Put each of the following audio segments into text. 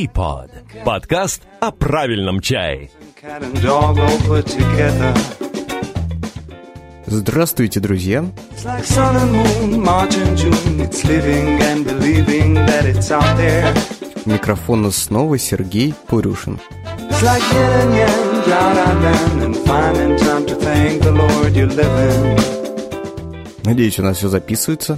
Teapot. Подкаст о правильном чае. Здравствуйте, друзья! Микрофон снова Сергей Пурюшин. Надеюсь, у нас все записывается.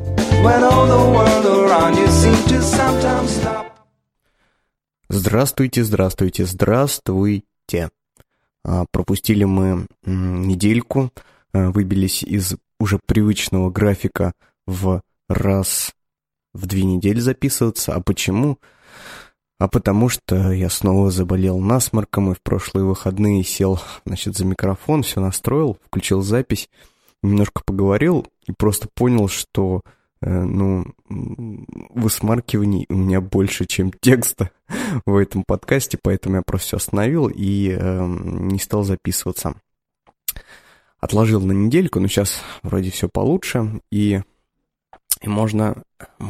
Здравствуйте, здравствуйте, здравствуйте. Пропустили мы недельку, выбились из уже привычного графика в раз в 2 недели записываться. А почему? А потому что я снова заболел насморком и в прошлые выходные сел, за микрофон, все настроил, включил запись, немножко поговорил и просто понял, что высмаркиваний у меня больше, чем текста в этом подкасте, поэтому я просто все остановил и не стал записываться. Отложил на недельку, но сейчас вроде все получше, и можно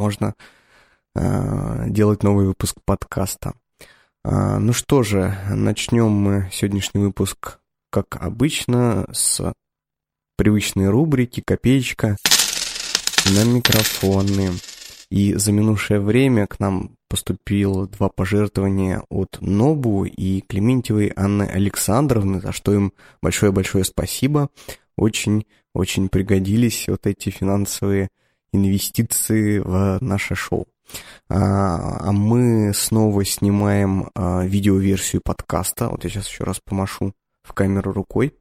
делать новый выпуск подкаста. Ну что же, начнем мы сегодняшний выпуск, как обычно, с привычной рубрики «Копеечка на микрофоны». И за минувшее время к нам поступило 2 пожертвования от Нобу и Клементьевой Анны Александровны, за что им большое-большое спасибо. Очень пригодились вот эти финансовые инвестиции в наше шоу. А мы снова снимаем видеоверсию подкаста. Вот я сейчас еще раз помашу в камеру рукой.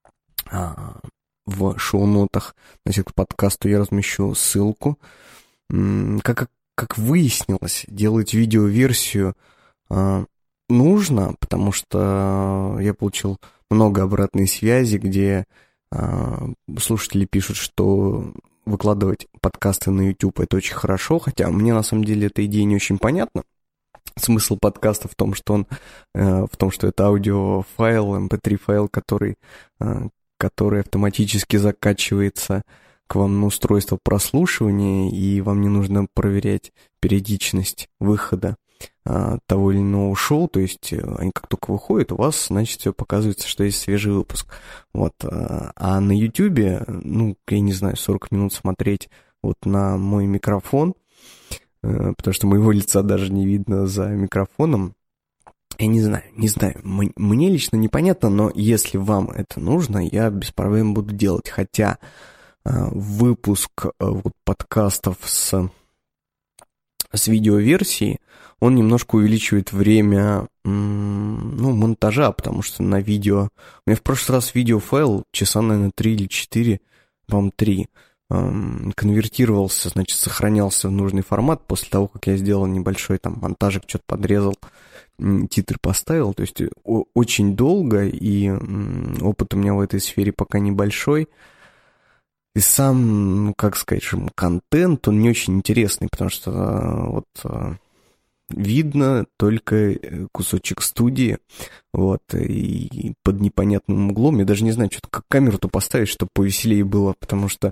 В шоу-нотах к подкасту я размещу ссылку. Как выяснилось, делать видеоверсию нужно, потому что я получил много обратной связи, где слушатели пишут, что выкладывать подкасты на YouTube — это очень хорошо, хотя мне на самом деле эта идея не очень понятна. Смысл подкаста в том, что это аудиофайл, MP3-файл, который автоматически закачивается к вам на устройство прослушивания, и вам не нужно проверять периодичность выхода того или иного шоу, то есть они как только выходят, у вас, все показывается, что есть свежий выпуск. Вот. А на Ютубе, 40 минут смотреть на мой микрофон, потому что моего лица даже не видно за микрофоном. Я не знаю, мне лично непонятно, но если вам это нужно, я без проблем буду делать. Хотя выпуск подкастов с видеоверсией, он немножко увеличивает время монтажа, потому что на видео... У меня в прошлый раз видеофайл часа, наверное, 3 или 4, по-моему, 3, конвертировался, сохранялся в нужный формат после того, как я сделал небольшой монтажик, что-то подрезал, титры поставил. То есть очень долго, и опыт у меня в этой сфере пока небольшой. И сам, контент, он не очень интересный, потому что видно только кусочек студии, и под непонятным углом. Я даже не знаю, как камеру-то поставить, чтобы повеселее было, потому что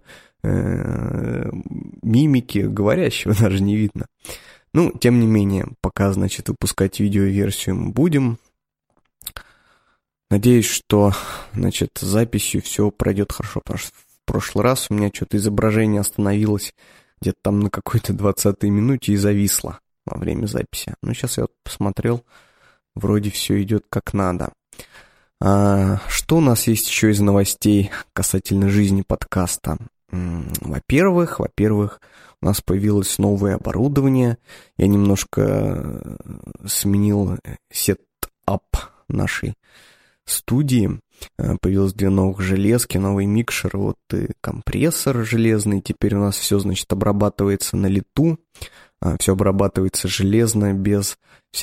мимики говорящего даже не видно. Тем не менее, пока, выпускать видеоверсию мы будем. Надеюсь, что, с записью все пройдет хорошо, потому что в прошлый раз у меня что-то изображение остановилось где-то там на какой-то 20-й минуте и зависло во время записи. Сейчас я посмотрел, вроде все идет как надо. Что у нас есть еще из новостей касательно жизни подкаста? Во-первых, у нас появилось новое оборудование. Я немножко сменил сетап нашей студии. Появилось 2 новых железки, новый микшер, и компрессор железный. Теперь у нас все, обрабатывается на лету. Все обрабатывается железно, без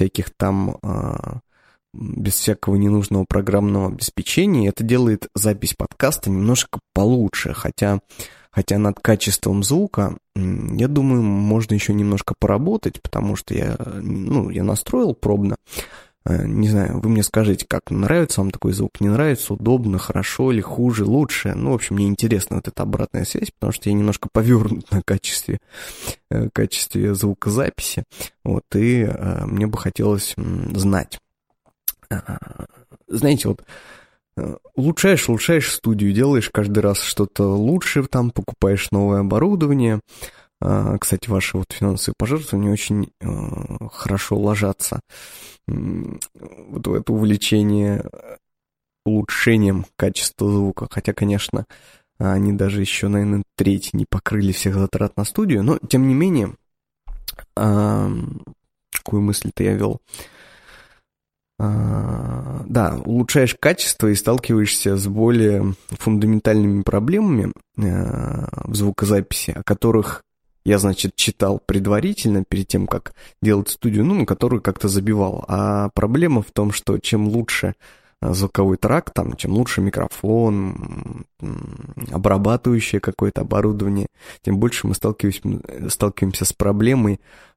без всякого ненужного программного обеспечения. Это делает запись подкаста немножко получше, хотя над качеством звука, я думаю, можно еще немножко поработать, потому что я настроил пробно Не знаю, вы мне скажите, как нравится вам такой звук, не нравится, удобно, хорошо ли, хуже, лучше. Ну, в общем, мне интересна вот эта обратная связь, потому что я немножко повернут на качестве звукозаписи. Вот, и мне бы хотелось знать. Знаете, вот улучшаешь студию, делаешь каждый раз что-то лучше, там покупаешь новое оборудование. Кстати, ваши вот финансовые пожертвования очень хорошо ложатся вот в это увлечение улучшением качества звука. Хотя, конечно, они даже еще, наверное, треть не покрыли всех затрат на студию. Но, тем не менее, какую мысль-то я вел? Да, улучшаешь качество и сталкиваешься с более фундаментальными проблемами в звукозаписи, о которых я, значит, читал предварительно, перед тем, как делать студию, на которую как-то забивал. А проблема в том, что чем лучше звуковой тракт, там, чем лучше микрофон, обрабатывающее какое-то оборудование, тем больше мы сталкиваемся с проблемой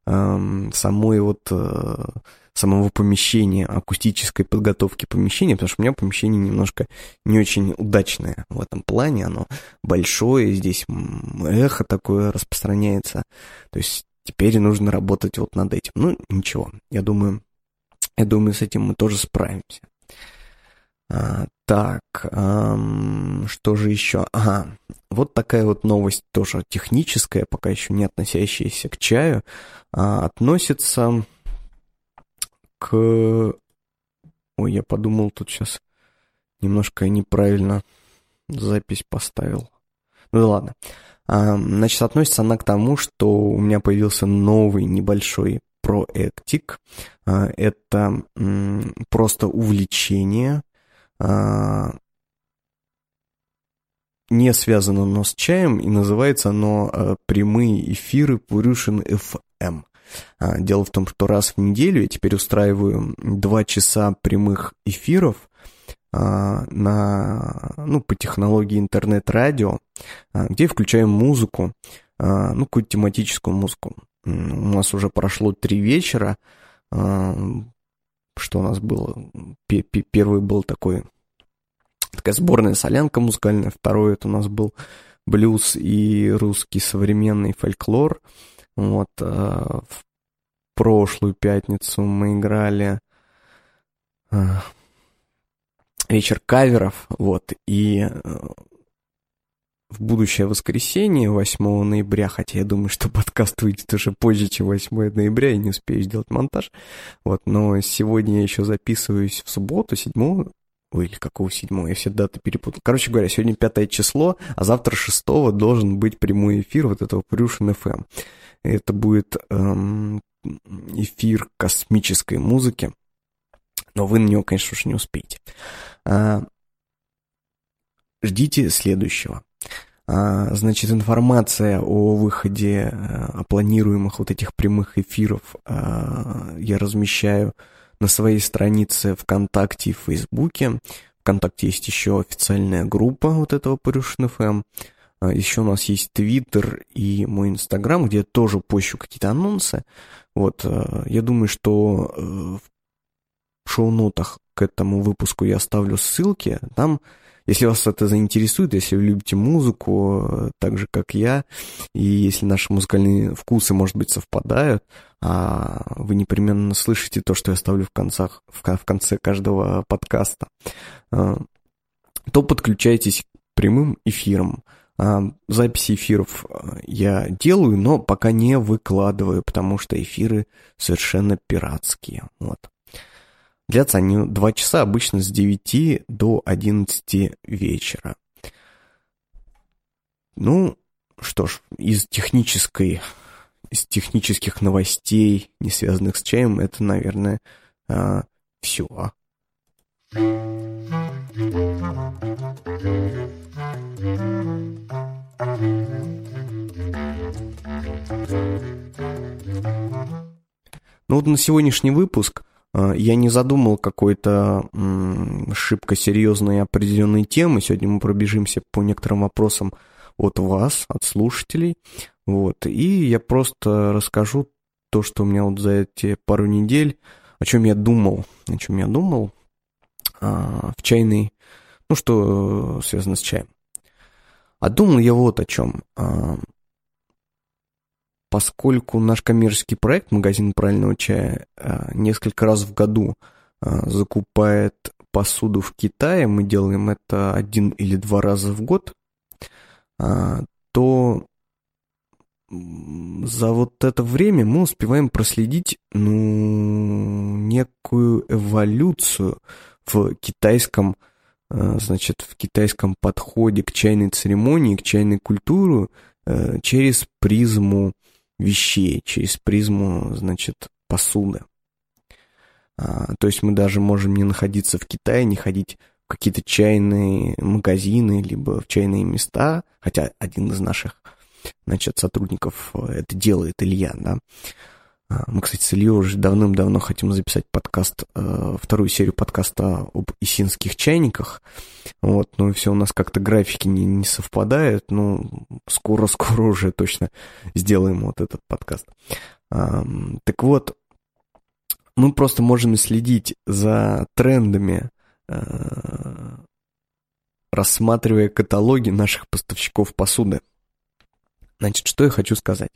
самого помещения, акустической подготовки помещения, потому что у меня помещение немножко не очень удачное в этом плане, оно большое, здесь эхо такое распространяется, то есть теперь нужно работать вот над этим. Ну, ничего, я думаю, с этим мы тоже справимся. Так, что же еще? Ага, вот такая вот новость тоже техническая, пока еще не относящаяся к чаю, относится к... Ой, я подумал, тут сейчас немножко неправильно запись поставил. Ну да ладно. Значит, относится она к тому, что у меня появился новый небольшой проектик. Это просто увлечение. Не связано оно с чаем, и называется оно «Прямые эфиры Пурюшин FM». Дело в том, что раз в неделю я теперь устраиваю 2 часа прямых эфиров по технологии интернет-радио, где включаем музыку, какую-то тематическую музыку. У нас уже прошло 3 вечера. Что у нас было? Первый был такая сборная солянка музыкальная, второй это у нас был блюз и русский современный фольклор. Вот, в прошлую пятницу мы играли вечер каверов, вот, и в будущее воскресенье, 8 ноября, хотя я думаю, что подкаст выйдет уже позже, чем 8 ноября, и не успею сделать монтаж, вот, но сегодня я еще записываюсь в субботу, 7, или какого 7, я все даты перепутал. Короче говоря, сегодня 5 число, а завтра 6 должен быть прямой эфир вот этого Пурюшин FM. Это будет эфир космической музыки, но вы на него, конечно же, не успеете. Ждите следующего. Значит, информация о выходе, о планируемых вот этих прямых эфиров я размещаю на своей странице ВКонтакте и в Фейсбуке. ВКонтакте есть еще официальная группа вот этого Пурюшин FM. Еще у нас есть Твиттер и мой Инстаграм, где я тоже пощу какие-то анонсы. Вот, я думаю, что в шоу-нотах к этому выпуску я оставлю ссылки. Там, если вас это заинтересует, если вы любите музыку, так же, как я, и если наши музыкальные вкусы, может быть, совпадают, а вы непременно слышите то, что я оставлю в конце каждого подкаста, то подключайтесь к прямым эфирам. Записи эфиров я делаю, но пока не выкладываю, потому что эфиры совершенно пиратские. Вот. Длятся они 2 часа, обычно с 9 до 11 вечера. Ну, что ж, из технических новостей, не связанных с чаем, это, наверное, все. Ну вот на сегодняшний выпуск я не задумал какой-то шибко серьезной определенной темы. Сегодня мы пробежимся по некоторым вопросам от вас, от слушателей. Вот. И я просто расскажу то, что у меня вот за эти пару недель о чем я думал в чайной, ну, что связано с чаем. А думал я вот о чем. Поскольку наш коммерческий проект «Магазин правильного чая» несколько раз в году закупает посуду в Китае, мы делаем это 1 или 2 раза в год, то за вот это время мы успеваем проследить, некую эволюцию в китайском подходе к чайной церемонии, к чайной культуре через призму вещей, через призму, посуды. То есть мы даже можем не находиться в Китае, не ходить в какие-то чайные магазины, либо в чайные места, хотя один из наших, сотрудников это делает, Илья, да. Мы, кстати, с Ильей уже давным-давно хотим записать подкаст, вторую серию подкаста об исинских чайниках. Вот, но все у нас как-то графики не совпадают. Скоро уже точно сделаем вот этот подкаст. Так вот, мы просто можем следить за трендами, рассматривая каталоги наших поставщиков посуды. Что я хочу сказать.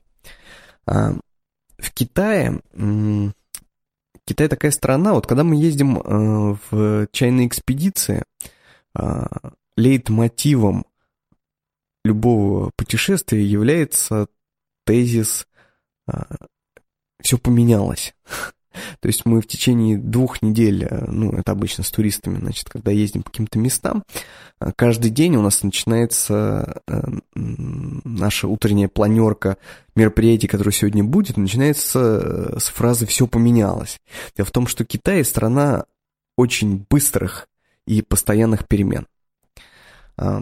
В Китае, Китай такая страна, вот когда мы ездим в чайные экспедиции, лейтмотивом любого путешествия является тезис «все поменялось». То есть мы в течение 2 недель, это обычно с туристами, когда ездим по каким-то местам, каждый день у нас начинается наша утренняя планерка мероприятий, которое сегодня будет, начинается с фразы «все поменялось». Дело в том, что Китай — страна очень быстрых и постоянных перемен. В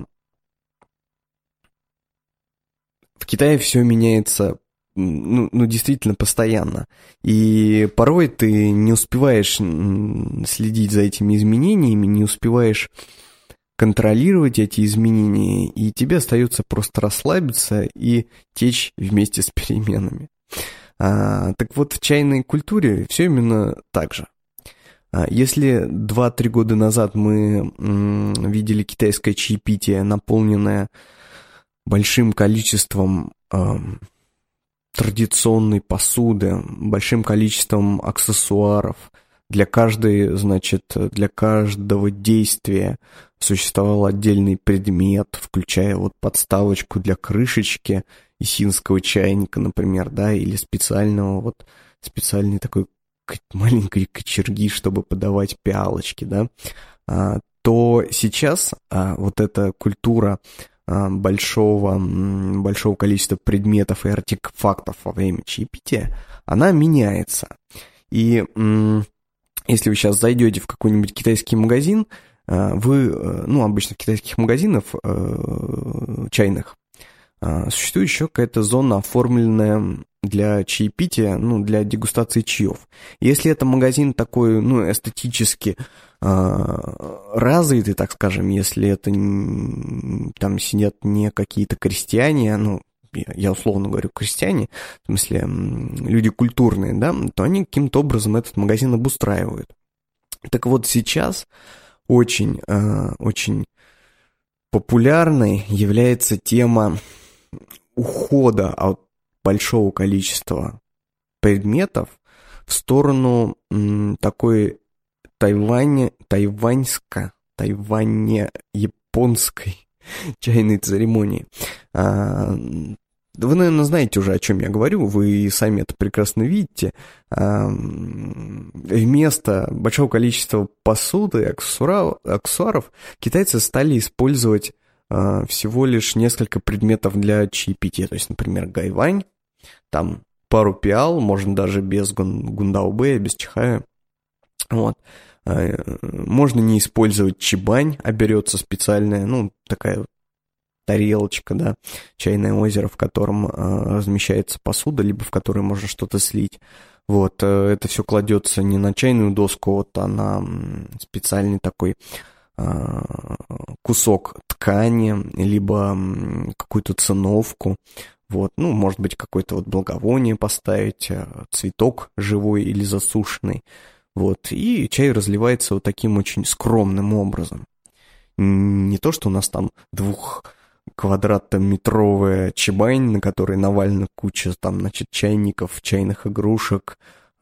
Китае все меняется действительно постоянно. И порой ты не успеваешь следить за этими изменениями, не успеваешь контролировать эти изменения, и тебе остается просто расслабиться и течь вместе с переменами. Так вот, в чайной культуре все именно так же. Если 2-3 года назад мы видели китайское чаепитие, наполненное большим количеством традиционной посуды, большим количеством аксессуаров. Для каждого действия существовал отдельный предмет, включая подставочку для крышечки исинского чайника, например, да, или специальной такой маленькой кочерги, чтобы подавать пиалочки, да, то сейчас вот эта культура большого количества предметов и артефактов во время чаепития, она меняется. И если вы сейчас зайдете в какой-нибудь китайский магазин, обычно в китайских магазинах чайных существует еще какая-то зона, оформленная для чаепития, для дегустации чаев. Если это магазин такой, эстетически развитый, так скажем, если это там сидят не какие-то крестьяне, я условно говорю крестьяне, в смысле люди культурные, да, то они каким-то образом этот магазин обустраивают. Так вот сейчас очень популярной является тема ухода от большого количества предметов в сторону такой тайване-японской чайной церемонии. Вы, наверное, знаете уже, о чем я говорю, вы сами это прекрасно видите. Вместо большого количества посуды и аксессуаров китайцы стали использовать всего лишь несколько предметов для чаепития. То есть, например, гайвань, там пару пиал, можно даже без гундаобэя, без чихая. Вот. Можно не использовать чибань, а берется специальная, такая тарелочка, да, чайное озеро, в котором размещается посуда, либо в которой можно что-то слить. Вот, это все кладется не на чайную доску, а на специальный такой кусок ткани, либо какую-то циновку. Вот, может быть, какое-то благовоние поставить, цветок живой или засушенный. Вот, и чай разливается вот таким очень скромным образом. Не то, что у нас там 2-квадратнометровая чебань, на которой навалена куча там, значит, чайников, чайных игрушек,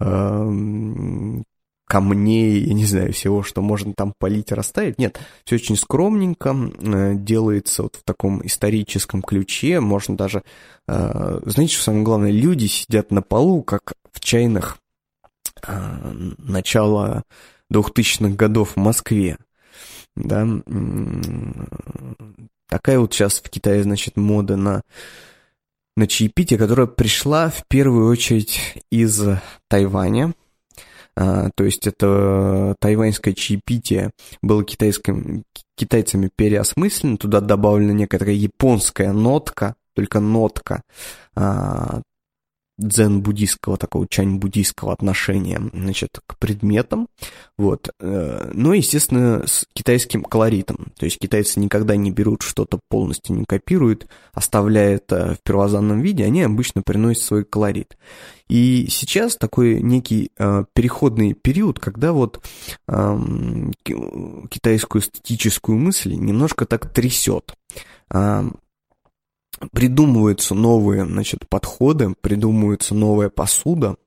камней, я не знаю, всего, что можно там полить, расставить. Нет, все очень скромненько, делается вот в таком историческом ключе. Можно даже, знаете, что самое главное, люди сидят на полу, как в чайных начала 2000-х годов в Москве. Да, такая вот сейчас в Китае, значит, мода на чаепитие, которая пришла в первую очередь из Тайваня. То есть это тайваньское чаепитие было китайцами переосмыслено, туда добавлена некая такая японская нотка, только нотка дзен-буддийского, такого чань-буддийского отношения, значит, к предметам, вот, но, естественно, с китайским колоритом, то есть китайцы никогда не берут что-то, полностью не копируют, оставляя это в первозданном виде, они обычно приносят свой колорит. И сейчас такой некий переходный период, когда вот китайскую эстетическую мысль немножко так трясет. Придумываются новые, значит, подходы, придумывается новая посуда,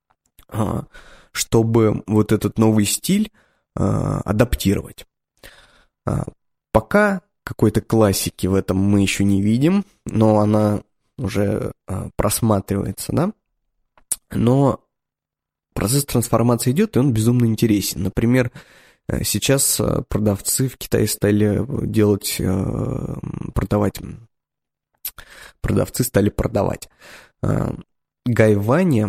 чтобы вот этот новый стиль адаптировать. Пока какой-то классики в этом мы еще не видим, но она уже просматривается, да? Но процесс трансформации идет, и он безумно интересен. Например, сейчас продавцы в Китае стали продавать гайвани,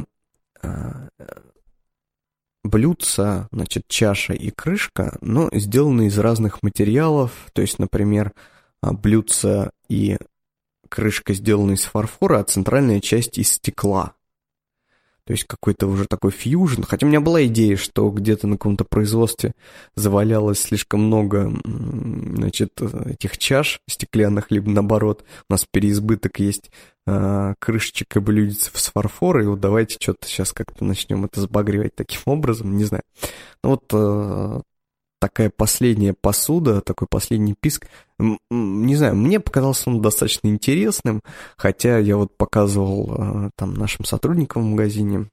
блюдца, значит, чаша и крышка, но сделаны из разных материалов. То есть, например, блюдца и крышка сделаны из фарфора, а центральная часть из стекла. То есть какой-то уже такой фьюжн. Хотя у меня была идея, что где-то на каком-то производстве завалялось слишком много, значит, этих чаш стеклянных, либо наоборот, у нас переизбыток есть крышечек и блюдец с фарфора, и вот давайте что-то сейчас как-то начнем это сбагривать таким образом, не знаю. Ну вот такая последняя посуда, такой последний писк, не знаю, мне показался он достаточно интересным, хотя я вот показывал там нашим сотрудникам в магазине,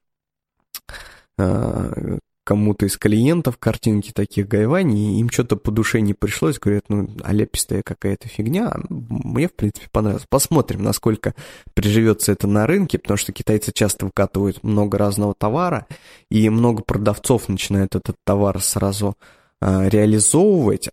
кому-то из клиентов картинки таких гайвани, и им что-то по душе не пришлось, говорят, ну, аляпистая какая-то фигня, мне, в принципе, понравилось. Посмотрим, насколько приживется это на рынке, потому что китайцы часто выкатывают много разного товара, и много продавцов начинают этот товар сразу реализовывать,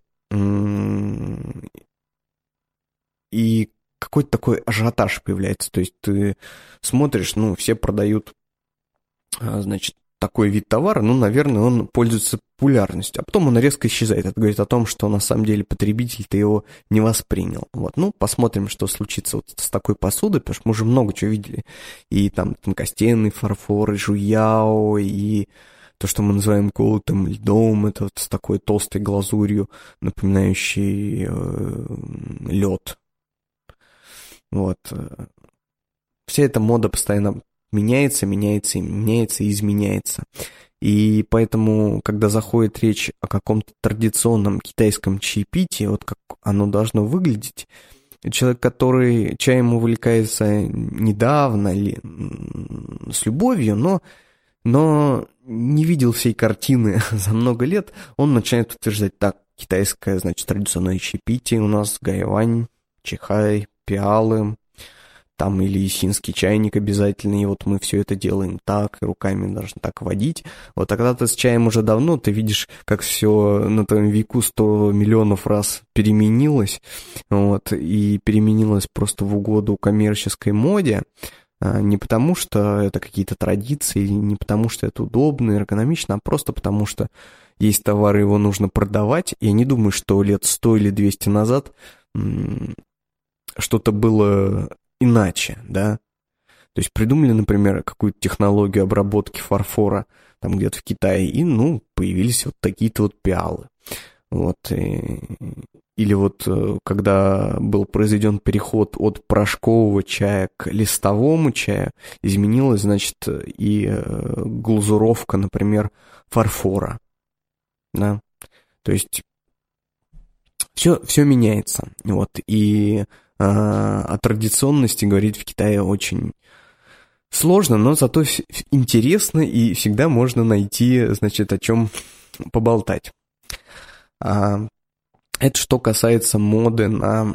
и какой-то такой ажиотаж появляется, то есть ты смотришь, ну, все продают, значит, такой вид товара, ну, наверное, он пользуется популярностью, а потом он резко исчезает. Это говорит о том, что на самом деле потребитель-то его не воспринял. Вот, ну, посмотрим, что случится вот с такой посудой, потому что мы уже много чего видели. И там тонкостенный фарфор, и жуяо, и то, что мы называем колотым льдом, это вот с такой толстой глазурью, напоминающей лед. Вот. Вся эта мода постоянно меняется и изменяется. И поэтому, когда заходит речь о каком-то традиционном китайском чаепитии, вот как оно должно выглядеть, человек, который чаем увлекается недавно или с любовью, но не видел всей картины за много лет, он начинает утверждать, так, китайское, значит, традиционное чаепитие у нас, гайвань, чихай, пиалы, там или исинский чайник обязательно, и вот мы все это делаем так, и руками должны так водить. Вот, а когда ты с чаем уже давно, ты видишь, как все на твоем веку 100 миллионов раз переменилось, вот, и переменилось просто в угоду коммерческой моде, не потому что это какие-то традиции, не потому что это удобно, эргономично, а просто потому что есть товар, его нужно продавать. Я не думаю, что лет 100 или 200 назад что-то было иначе, да. То есть придумали, например, какую-то технологию обработки фарфора там где-то в Китае, и, ну, появились вот такие-то вот пиалы. Вот. или вот когда был произведен переход от порошкового чая к листовому чаю, изменилась, значит, и глазуровка, например, фарфора. Да? То есть все меняется. Вот. И о традиционности говорить в Китае очень сложно, но зато интересно, и всегда можно найти, значит, о чем поболтать. Это что касается моды на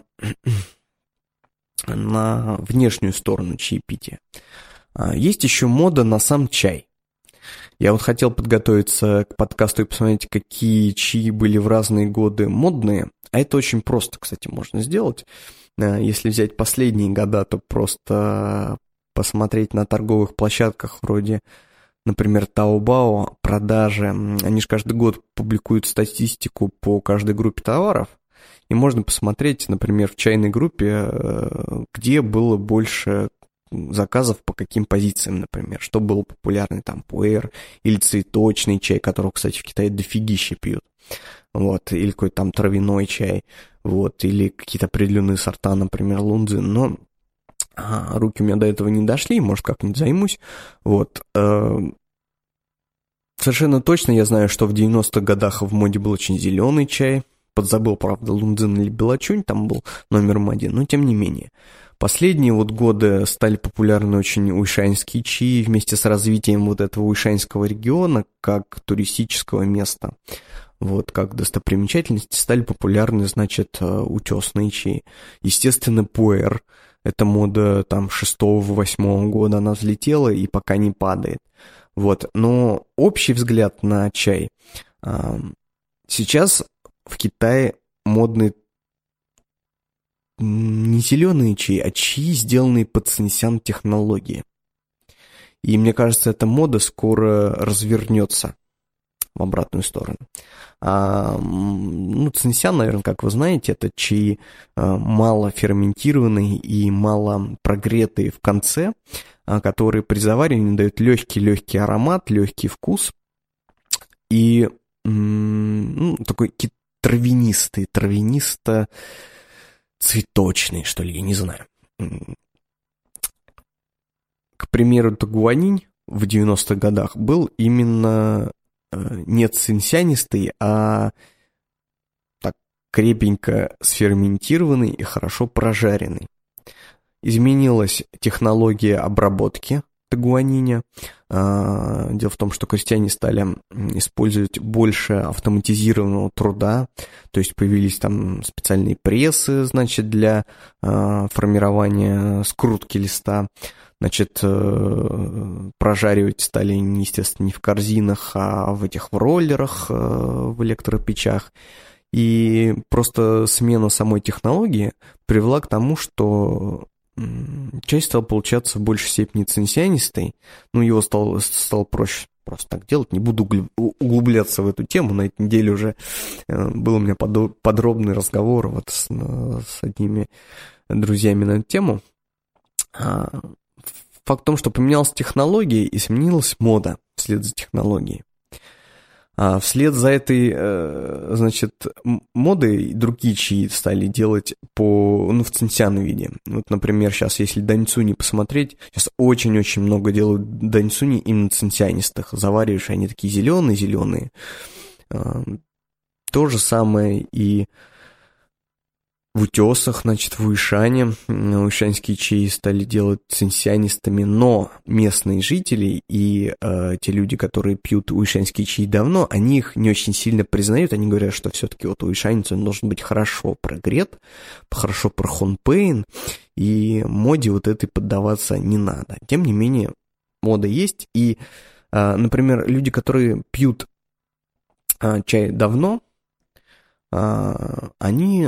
внешнюю сторону чаепития. Есть еще мода на сам чай. Я вот хотел подготовиться к подкасту и посмотреть, какие чаи были в разные годы модные. А это очень просто, кстати, можно сделать. Если взять последние года, то просто посмотреть на торговых площадках вроде, например, Taobao, продажи. Они же каждый год публикуют статистику по каждой группе товаров. И можно посмотреть, например, в чайной группе, где было больше заказов по каким позициям, например. Что было популярно, там, пуэр или цветочный чай, которого, кстати, в Китае дофигища пьют. Вот, или какой-то там травяной чай, вот, или какие-то определенные сорта, например, лунзы, но руки у меня до этого не дошли, может, как-нибудь займусь, вот. Совершенно точно я знаю, что в 90-х годах в моде был очень зеленый чай, подзабыл, правда, лунзин или белочунь, там был номером 1, но тем не менее. Последние вот годы стали популярны очень уйшаньские чаи вместе с развитием вот этого уйшаньского региона как туристического места. Вот, как достопримечательности стали популярны, значит, утесные чаи. Естественно, пуэр. Эта мода там 6-8 года она взлетела и пока не падает. Вот, но общий взгляд на чай. Сейчас в Китае модны не зеленые чаи, а чаи, сделанные под цинсян технологии. И мне кажется, эта мода скоро развернется в обратную сторону. Цинсян, наверное, как вы знаете, это чаи мало ферментированные и мало прогретые в конце, которые при заваривании дают легкий аромат, легкий вкус и такой травянисто-цветочный, что ли, я не знаю. К примеру, Тагуанинь в 90-х годах был именно не цинсянистый, а так крепенько сферментированный и хорошо прожаренный. Изменилась технология обработки тагуаниня. Дело в том, что крестьяне стали использовать больше автоматизированного труда, то есть появились там специальные прессы, значит, для формирования скрутки листа. Значит, прожаривать стали, естественно, не в корзинах, а в роллерах, в электропечах. И просто смена самой технологии привела к тому, что чай стал получаться в большей степени цинсянистый. Его стало проще просто так делать. Не буду углубляться в эту тему. На этой неделе уже был у меня подробный разговор вот с одними друзьями на эту тему. Факт в том, что поменялась технология и сменилась мода вслед за технологией. Вслед за этой, значит, модой другие чаи стали делать в цинсян виде. Вот, например, сейчас, если даньцуни посмотреть, сейчас очень-очень много делают даньцуни именно цинсянистых. Завариваешь, они такие зеленые. То же самое и в утесах, значит, в Уйшане. Уйшаньские чаи стали делать цинсянистыми, но местные жители и те люди, которые пьют уйшаньские чаи давно, они их не очень сильно признают. Они говорят, что все-таки вот уйшанец, он должен быть хорошо прогрет, хорошо прохонпейн, и моде вот этой поддаваться не надо. Тем не менее, мода есть, и, например, люди, которые пьют чай давно, они,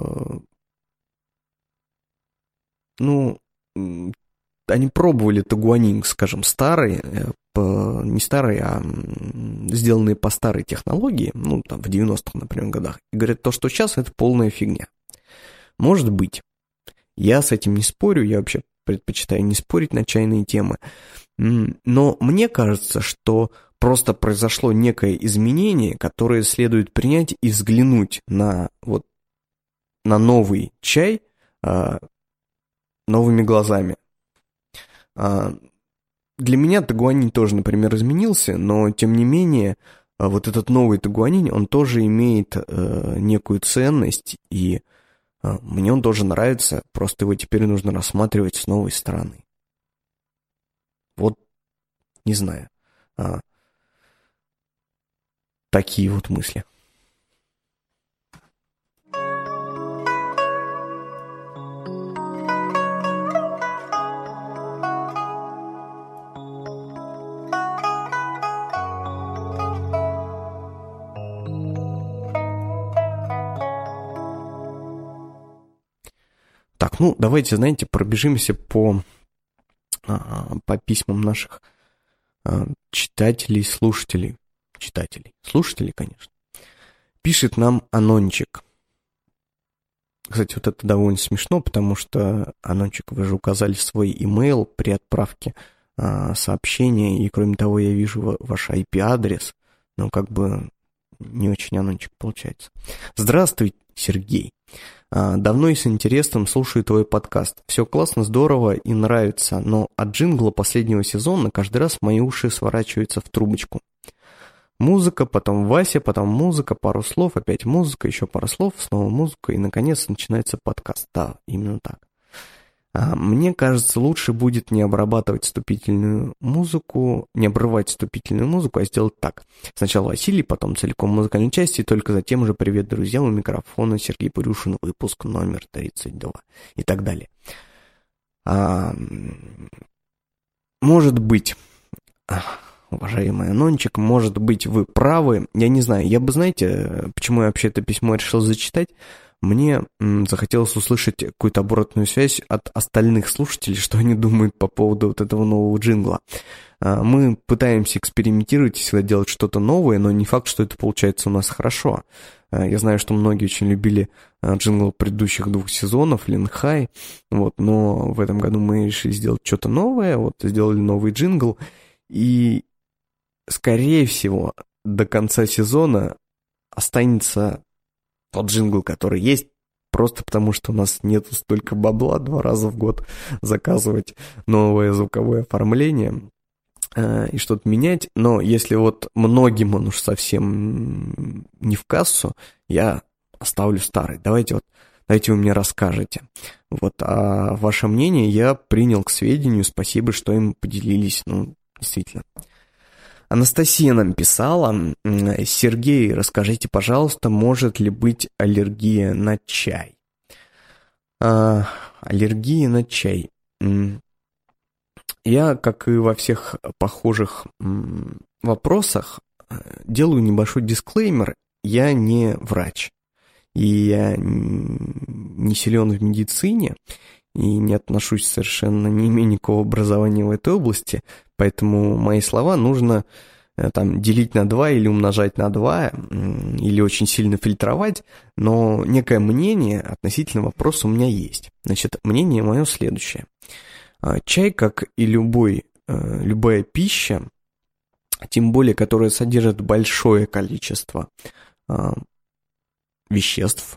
они пробовали тагуанинь, скажем, старый, не старый, а сделанные по старой технологии, там в 90-х, например, годах, и говорят, что сейчас это полная фигня. Может быть. Я с этим не спорю, я вообще предпочитаю не спорить на чайные темы, но мне кажется, что просто произошло некое изменение, которое следует принять и взглянуть на вот на новый чай новыми глазами. Для меня Тагуанинь тоже, например, изменился, но, тем не менее, вот этот новый Тагуанинь, он тоже имеет некую ценность, и мне он тоже нравится, просто его теперь нужно рассматривать с новой стороны. Вот, не знаю, такие вот мысли. Так, ну, давайте, знаете, пробежимся по письмам наших читателей, слушателей. Слушателей, конечно. Пишет нам Анончик. Кстати, вот это довольно смешно, потому что, Анончик, вы же указали свой имейл при отправке сообщения, и, кроме того, я вижу ваш IP-адрес, но как бы не очень Анончик получается. Здравствуй, Сергей. Давно и с интересом слушаю твой подкаст. Все классно, здорово и нравится, но от джингла последнего сезона каждый раз мои уши сворачиваются в трубочку. Музыка, потом Вася, потом музыка, пару слов, опять музыка, еще пару слов, снова музыка, и, наконец, начинается подкаст. Да, именно так. Мне кажется, лучше будет не обрабатывать вступительную музыку, не обрывать вступительную музыку, а сделать так. Сначала Василий, потом целиком музыкальной части, и только затем уже привет друзьям, у микрофона Сергей Пурюшин, выпуск номер 32 и так далее. Может быть, уважаемый Анончик, может быть, вы правы, я не знаю, я бы, знаете, почему я вообще это письмо решил зачитать? Мне захотелось услышать какую-то оборотную связь от остальных слушателей, что они думают по поводу вот этого нового джингла. Мы пытаемся экспериментировать и всегда делать что-то новое, но не факт, что это получается у нас хорошо. Я знаю, что многие очень любили джингл предыдущих 2 сезонов, Линхай, вот, но в этом году мы решили сделать что-то новое, вот, сделали новый джингл, и, скорее всего, до конца сезона останется тот джингл, который есть, просто потому что у нас нет столько бабла 2 раза в год заказывать новое звуковое оформление и что-то менять. Но если вот многим он уж совсем не в кассу, я оставлю старый. Давайте вы мне расскажете. Вот, а ваше мнение я принял к сведению. Спасибо, что им поделились. Ну, действительно. Анастасия нам писала: Сергей, расскажите, пожалуйста, может ли быть аллергия на чай? Аллергия на чай. Я, как и во всех похожих вопросах, делаю небольшой дисклеймер. Я не врач, и я не силен в медицине, и не отношусь совершенно, не имею никакого образования в этой области, поэтому мои слова нужно там делить на 2 или умножать на 2, или очень сильно фильтровать, но некое мнение относительно вопроса у меня есть. Значит, мнение мое следующее. Чай, как и любая пища, тем более, которая содержит большое количество веществ,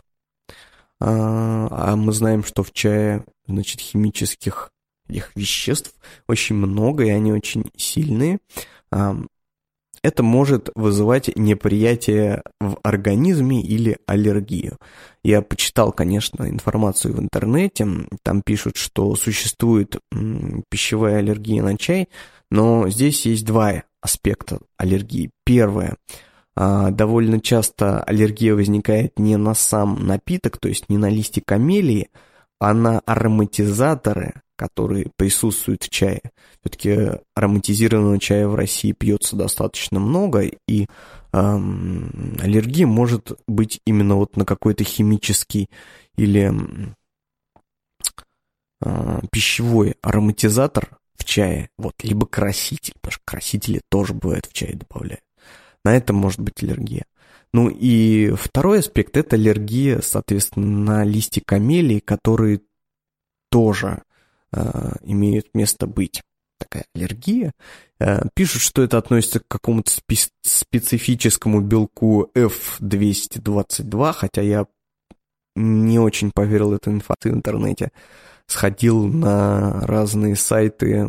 а мы знаем, что в чае, значит, химических этих веществ очень много, и они очень сильные. Это может вызывать неприятие в организме или аллергию. Я почитал, конечно, информацию в интернете, там пишут, что существует пищевая аллергия на чай, но здесь есть 2 аспекта аллергии. Первое. Довольно часто аллергия возникает не на сам напиток, то есть не на листья камелии, а на ароматизаторы, которые присутствуют в чае. Все-таки ароматизированного чая в России пьется достаточно много, и аллергия может быть именно вот на какой-то химический или пищевой ароматизатор в чае, вот, либо краситель, потому что красители тоже бывает в чае добавляют. На это может быть аллергия. Ну и второй аспект – это аллергия, соответственно, на листья камелии, которые тоже имеют место быть. Такая аллергия. Пишут, что это относится к какому-то специфическому белку F222, хотя я не очень поверил этой информации в интернете. Сходил на разные сайты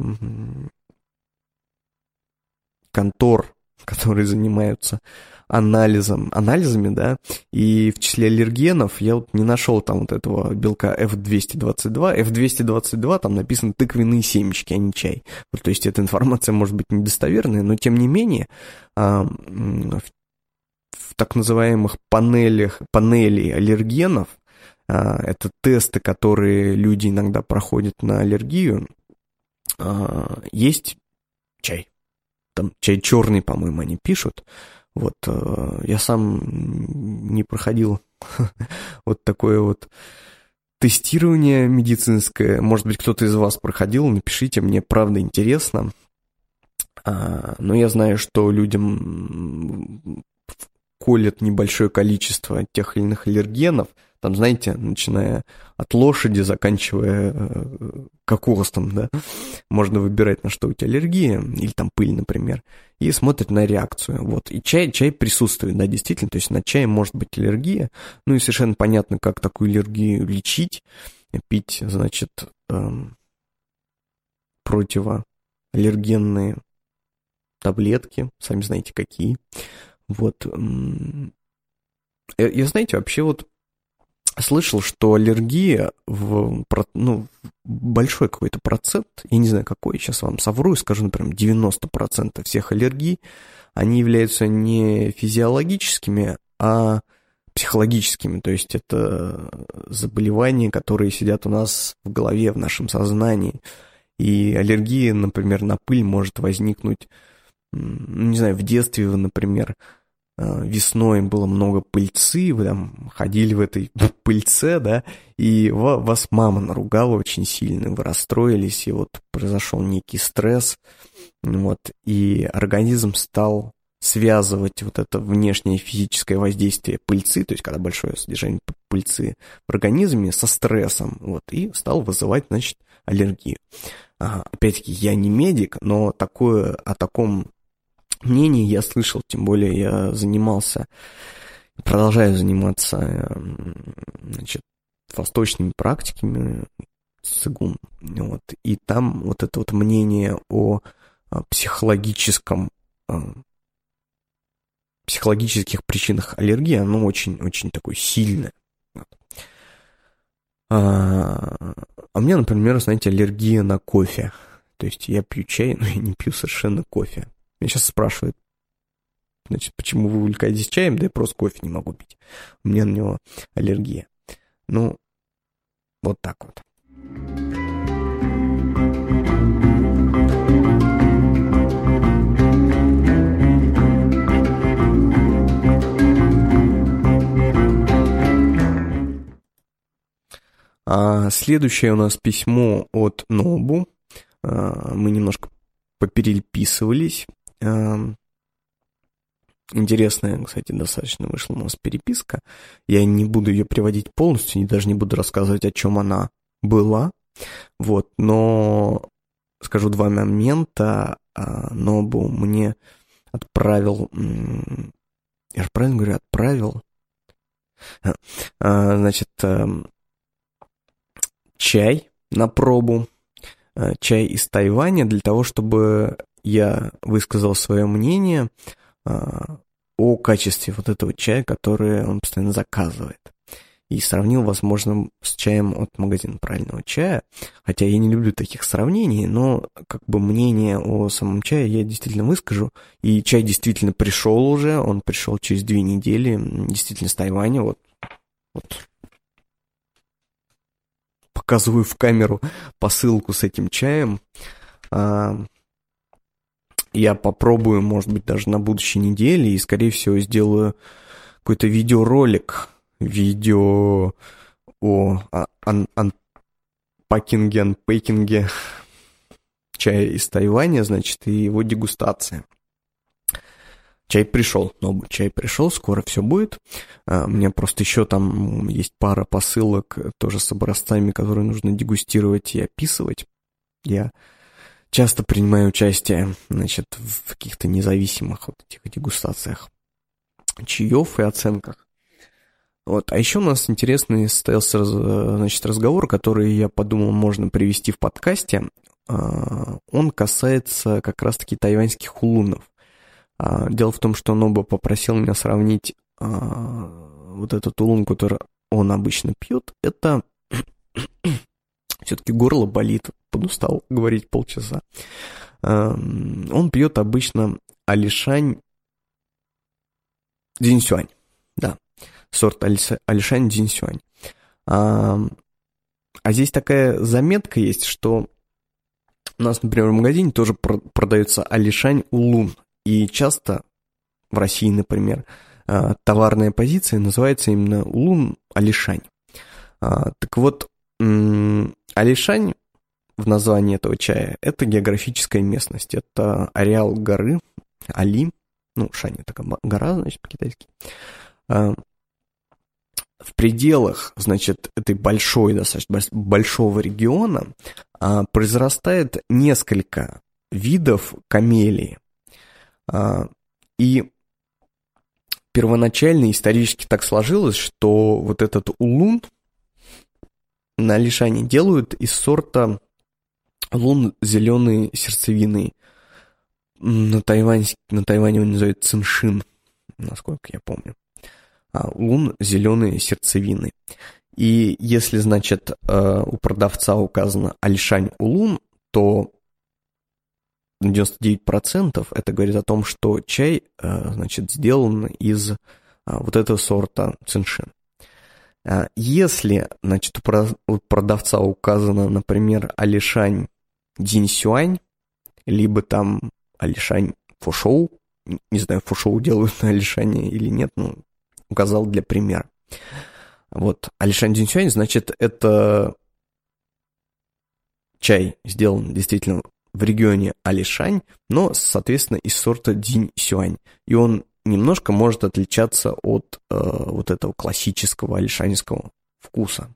контор, которые занимаются анализами, да, и в числе аллергенов я вот не нашел там вот этого белка F222. F222 там написано тыквенные семечки, а не чай. Вот, то есть эта информация может быть недостоверная, но тем не менее в так называемых панелей аллергенов, это тесты, которые люди иногда проходят на аллергию, есть чай. Там чай черный, по-моему, они пишут. Вот, я сам не проходил вот такое вот тестирование медицинское. Может быть, кто-то из вас проходил, напишите, мне правда интересно. Но я знаю, что людям колят небольшое количество тех или иных аллергенов. Там, знаете, начиная от лошади, заканчивая кокосом, да, можно выбирать, на что у тебя аллергия, или там пыль, например, и смотрят на реакцию. Вот. И чай присутствует, да, действительно, то есть на чай может быть аллергия, ну и совершенно понятно, как такую аллергию лечить, пить, значит, противоаллергенные таблетки, сами знаете какие. Вот. Я, знаете, вообще вот слышал, что аллергия большой какой-то процент, я не знаю какой, сейчас вам совру и скажу, например, 90% всех аллергий, они являются не физиологическими, а психологическими, то есть это заболевания, которые сидят у нас в голове, в нашем сознании, и аллергия, например, на пыль может возникнуть, не знаю, в детстве вы, например, весной было много пыльцы, вы там ходили в этой пыльце, да, и вас мама наругала очень сильно, вы расстроились, и вот произошел некий стресс, вот, и организм стал связывать вот это внешнее физическое воздействие пыльцы, то есть когда большое содержание пыльцы в организме, со стрессом, вот, и стал вызывать, значит, аллергию. Опять-таки, я не медик, но о таком мнении я слышал, тем более я продолжаю заниматься, значит, восточными практиками, цигун, вот, и там вот это вот мнение о психологических причинах аллергии, оно очень-очень такое сильное. Вот. У меня, например, знаете, аллергия на кофе, то есть я пью чай, но я не пью совершенно кофе. Меня сейчас спрашивают, значит, почему вы увлекаетесь чаем, да я просто кофе не могу пить. У меня на него аллергия. Ну, вот так вот. Следующее у нас письмо от Нобу. Мы немножко попереписывались. Интересная, кстати, достаточно вышла у нас переписка. Я не буду ее приводить полностью, даже не буду рассказывать, о чем она была. Вот, но скажу два момента. Нобу мне отправил... Я же правильно говорю, отправил? Значит, чай на пробу. Чай из Тайваня, для того, чтобы я высказал свое мнение о качестве вот этого чая, который он постоянно заказывает. И сравнил, возможно, с чаем от магазина правильного чая. Хотя я не люблю таких сравнений, но как бы мнение о самом чае я действительно выскажу. И чай действительно пришел уже, он пришел через 2 недели, действительно с Тайваня, вот. Показываю в камеру посылку с этим чаем. Я попробую, может быть, даже на будущей неделе, и, скорее всего, сделаю какой-то видеоролик, видео о анпакинге чая из Тайваня, значит, и его дегустация. Чай пришел, скоро все будет. У меня просто еще там есть пара посылок, тоже с образцами, которые нужно дегустировать и описывать. Я часто принимаю участие, значит, в каких-то независимых вот этих дегустациях чаев и оценках. Вот. А еще у нас интересный состоялся, значит, разговор, который, я подумал, можно привести в подкасте. Он касается как раз-таки тайваньских улунов. Дело в том, что Ноба попросил меня сравнить вот этот улун, который он обычно пьет. Это все-таки горло болит, подустал говорить полчаса. Он пьет обычно Алишань Дзиньсюань. Да, сорт Алишань Дзиньсюань. А здесь такая заметка есть, что у нас, например, в магазине тоже продается Алишань Улун. И часто в России, например, товарная позиция называется именно Улун Алишань. Так вот, Алишань в названии этого чая — это географическая местность. Это ареал горы Али. Ну, Шань — это гора, значит, по-китайски. В пределах, значит, этой большой, достаточно большого региона произрастает несколько видов камелии. И первоначально исторически так сложилось, что вот этот улун на Алишане делают из сорта улун зеленой сердцевины. На Тайване он называют циншин, насколько я помню. Улун зеленой сердцевины. И если, значит, у продавца указано Алишань Улун, то 99% это говорит о том, что чай, значит, сделан из вот этого сорта циншин. Если, значит, у продавца указано, например, Алишань Дзиньсюань, либо там Алишань Фошоу, не знаю, Фошоу делают на Алишане или нет, но указал для примера. Вот, Алишань Дзиньсюань, значит, это чай сделан действительно в регионе Алишань, но, соответственно, из сорта Дзиньсюань. И он немножко может отличаться от вот этого классического алишаньского вкуса.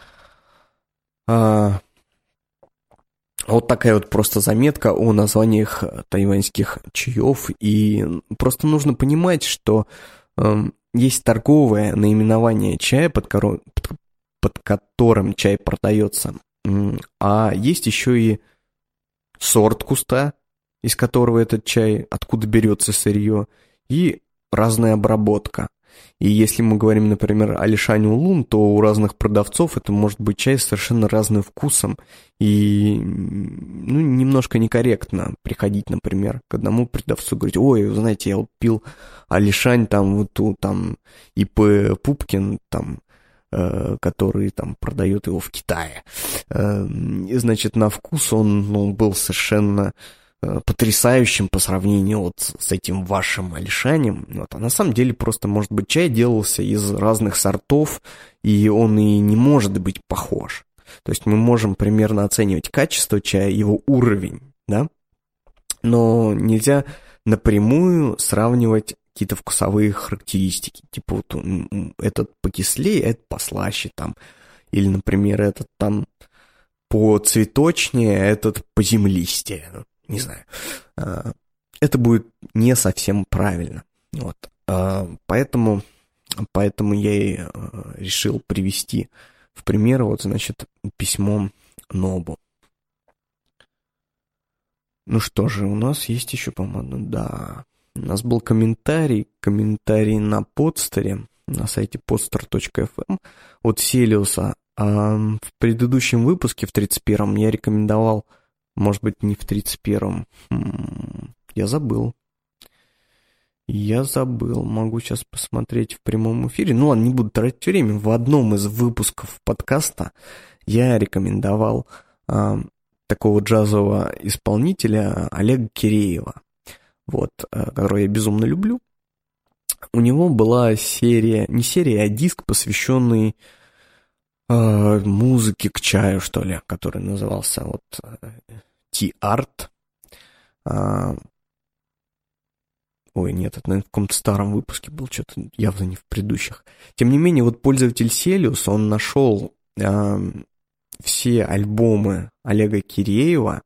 Вот такая вот просто заметка о названиях тайваньских чаев. И просто нужно понимать, что есть торговое наименование чая, под которым чай продается, а есть еще и сорт куста, из которого этот чай, откуда берется сырье, и разная обработка. И если мы говорим, например, Алишань Улун, то у разных продавцов это может быть чай с совершенно разным вкусом. И немножко некорректно приходить, например, к одному продавцу и говорить: ой, вы знаете, я вот пил Алишань, там, вот тут, там, ИП Пупкин, там, который там продает его в Китае. И, значит, на вкус он был совершенно потрясающим по сравнению вот с этим вашим Алишанем. Вот. А на самом деле просто, может быть, чай делался из разных сортов, и он и не может быть похож. То есть мы можем примерно оценивать качество чая, его уровень, да? Но нельзя напрямую сравнивать какие-то вкусовые характеристики. Типа вот этот покислее, этот послаще там. Или, например, этот там поцветочнее, этот поземлистее. Не знаю. Это будет не совсем правильно. Вот. Поэтому я и решил привести в пример, вот, значит, письмо Нобу. Ну что же, у нас есть еще, по-моему, да. У нас был комментарий на подстере, на сайте podster.fm от Селиуса. В предыдущем выпуске, в 31-м, я рекомендовал, может быть, не в 31-м, я забыл. Могу сейчас посмотреть в прямом эфире. Ну ладно, не буду тратить время. В одном из выпусков подкаста я рекомендовал такого джазового исполнителя Олега Киреева, вот, которого я безумно люблю. У него была серия, не серия, а диск, посвященный музыке к чаю, что ли, который назывался вот Tea Art. Ой, нет, это, наверное, в каком-то старом выпуске был, что-то явно не в предыдущих. Тем не менее, вот пользователь Селиус, он нашел все альбомы Олега Киреева,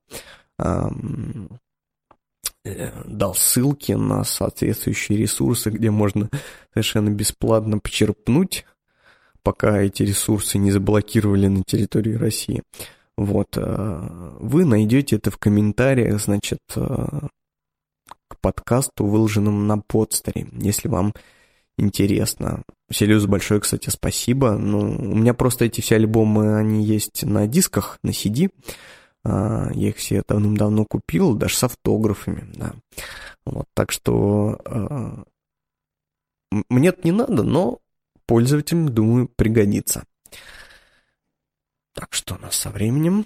дал ссылки на соответствующие ресурсы, где можно совершенно бесплатно почерпнуть пока эти ресурсы не заблокировали на территории России. Вот, вы найдете это в комментариях, значит, к подкасту, выложенному на Podster, если вам интересно. Селюзу большое, кстати, спасибо. Ну, у меня просто эти все альбомы, они есть на дисках, на CD. Я их все давным-давно купил, даже с автографами, да. Вот, так что мне это не надо, но пользователям, думаю, пригодится. Так что у нас со временем.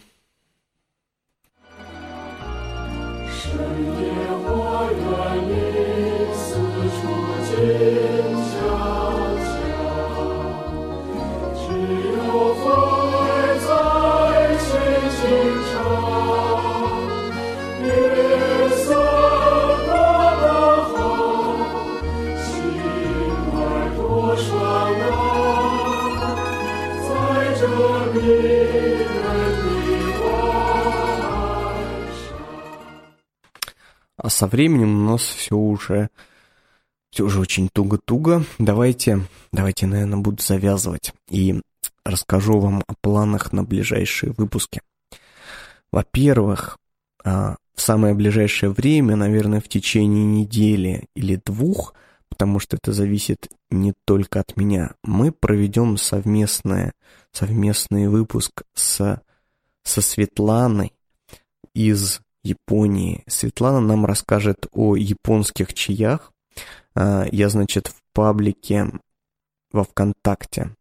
А со временем у нас все уже очень туго-туго. Давайте, наверное, буду завязывать и расскажу вам о планах на ближайшие выпуски. Во-первых, в самое ближайшее время, наверное, в течение недели или 2, потому что это зависит не только от меня, мы проведем совместный выпуск со Светланой из Японии. Светлана нам расскажет о японских чаях. Я, значит, в паблике во ВКонтакте,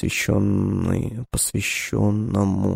посвященному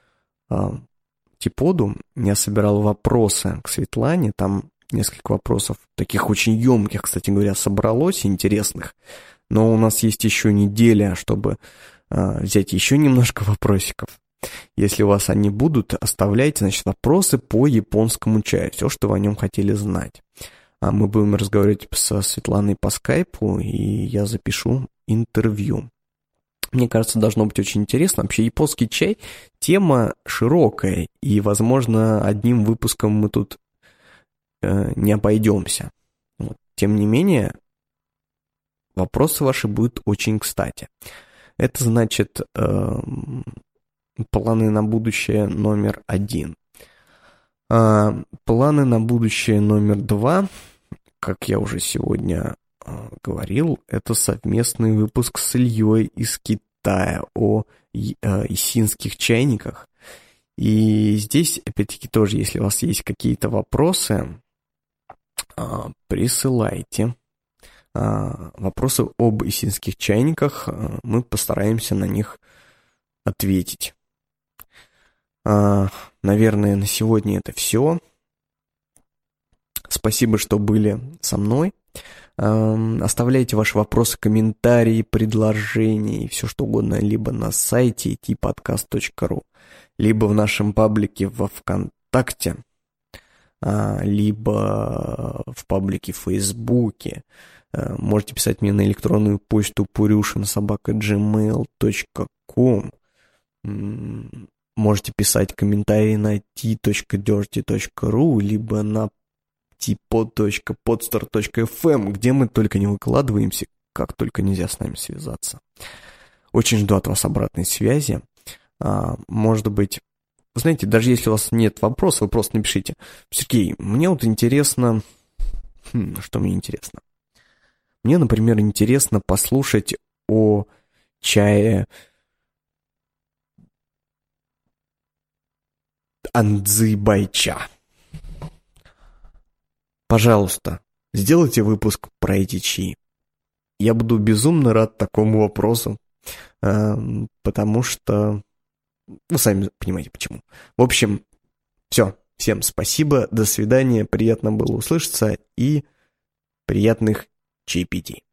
Типоду, я собирал вопросы к Светлане. Там несколько вопросов, таких очень емких, кстати говоря, собралось, интересных. Но у нас есть еще неделя, чтобы взять еще немножко вопросиков. Если у вас они будут, оставляйте, значит, вопросы по японскому чаю, все, что вы о нем хотели знать. Мы будем разговаривать со Светланой по скайпу, и я запишу интервью. Мне кажется, должно быть очень интересно. Вообще, японский чай – тема широкая, и, возможно, одним выпуском мы тут не обойдемся. Вот. Тем не менее, вопросы ваши будут очень кстати. Это значит планы на будущее номер 1. Планы на будущее номер 2, как я уже сегодня говорил, это совместный выпуск с Ильей из Китая о исинских чайниках. И здесь, опять-таки, тоже, если у вас есть какие-то вопросы, присылайте. Вопросы об исинских чайниках, мы постараемся на них ответить. Наверное, на сегодня это все. Спасибо, что были со мной. Оставляйте ваши вопросы, комментарии, предложения и все что угодно либо на сайте itpodcast.ru, либо в нашем паблике во ВКонтакте, либо в паблике в Фейсбуке. Можете писать мне на электронную почту purushin@gmail.com. Можете писать комментарии на t.dirty.ru, либо на tpod.podster.fm, где мы только не выкладываемся, как только нельзя с нами связаться. Очень жду от вас обратной связи. Может быть, вы знаете, даже если у вас нет вопросов, вы просто напишите: Сергей, мне вот интересно... Что мне интересно? Мне, например, интересно послушать о чае Анзыбайча. Пожалуйста, сделайте выпуск про эти чаи. Я буду безумно рад такому вопросу, потому что... Вы сами понимаете, почему. В общем, все. Всем спасибо, до свидания, приятно было услышаться и приятных чаепитий.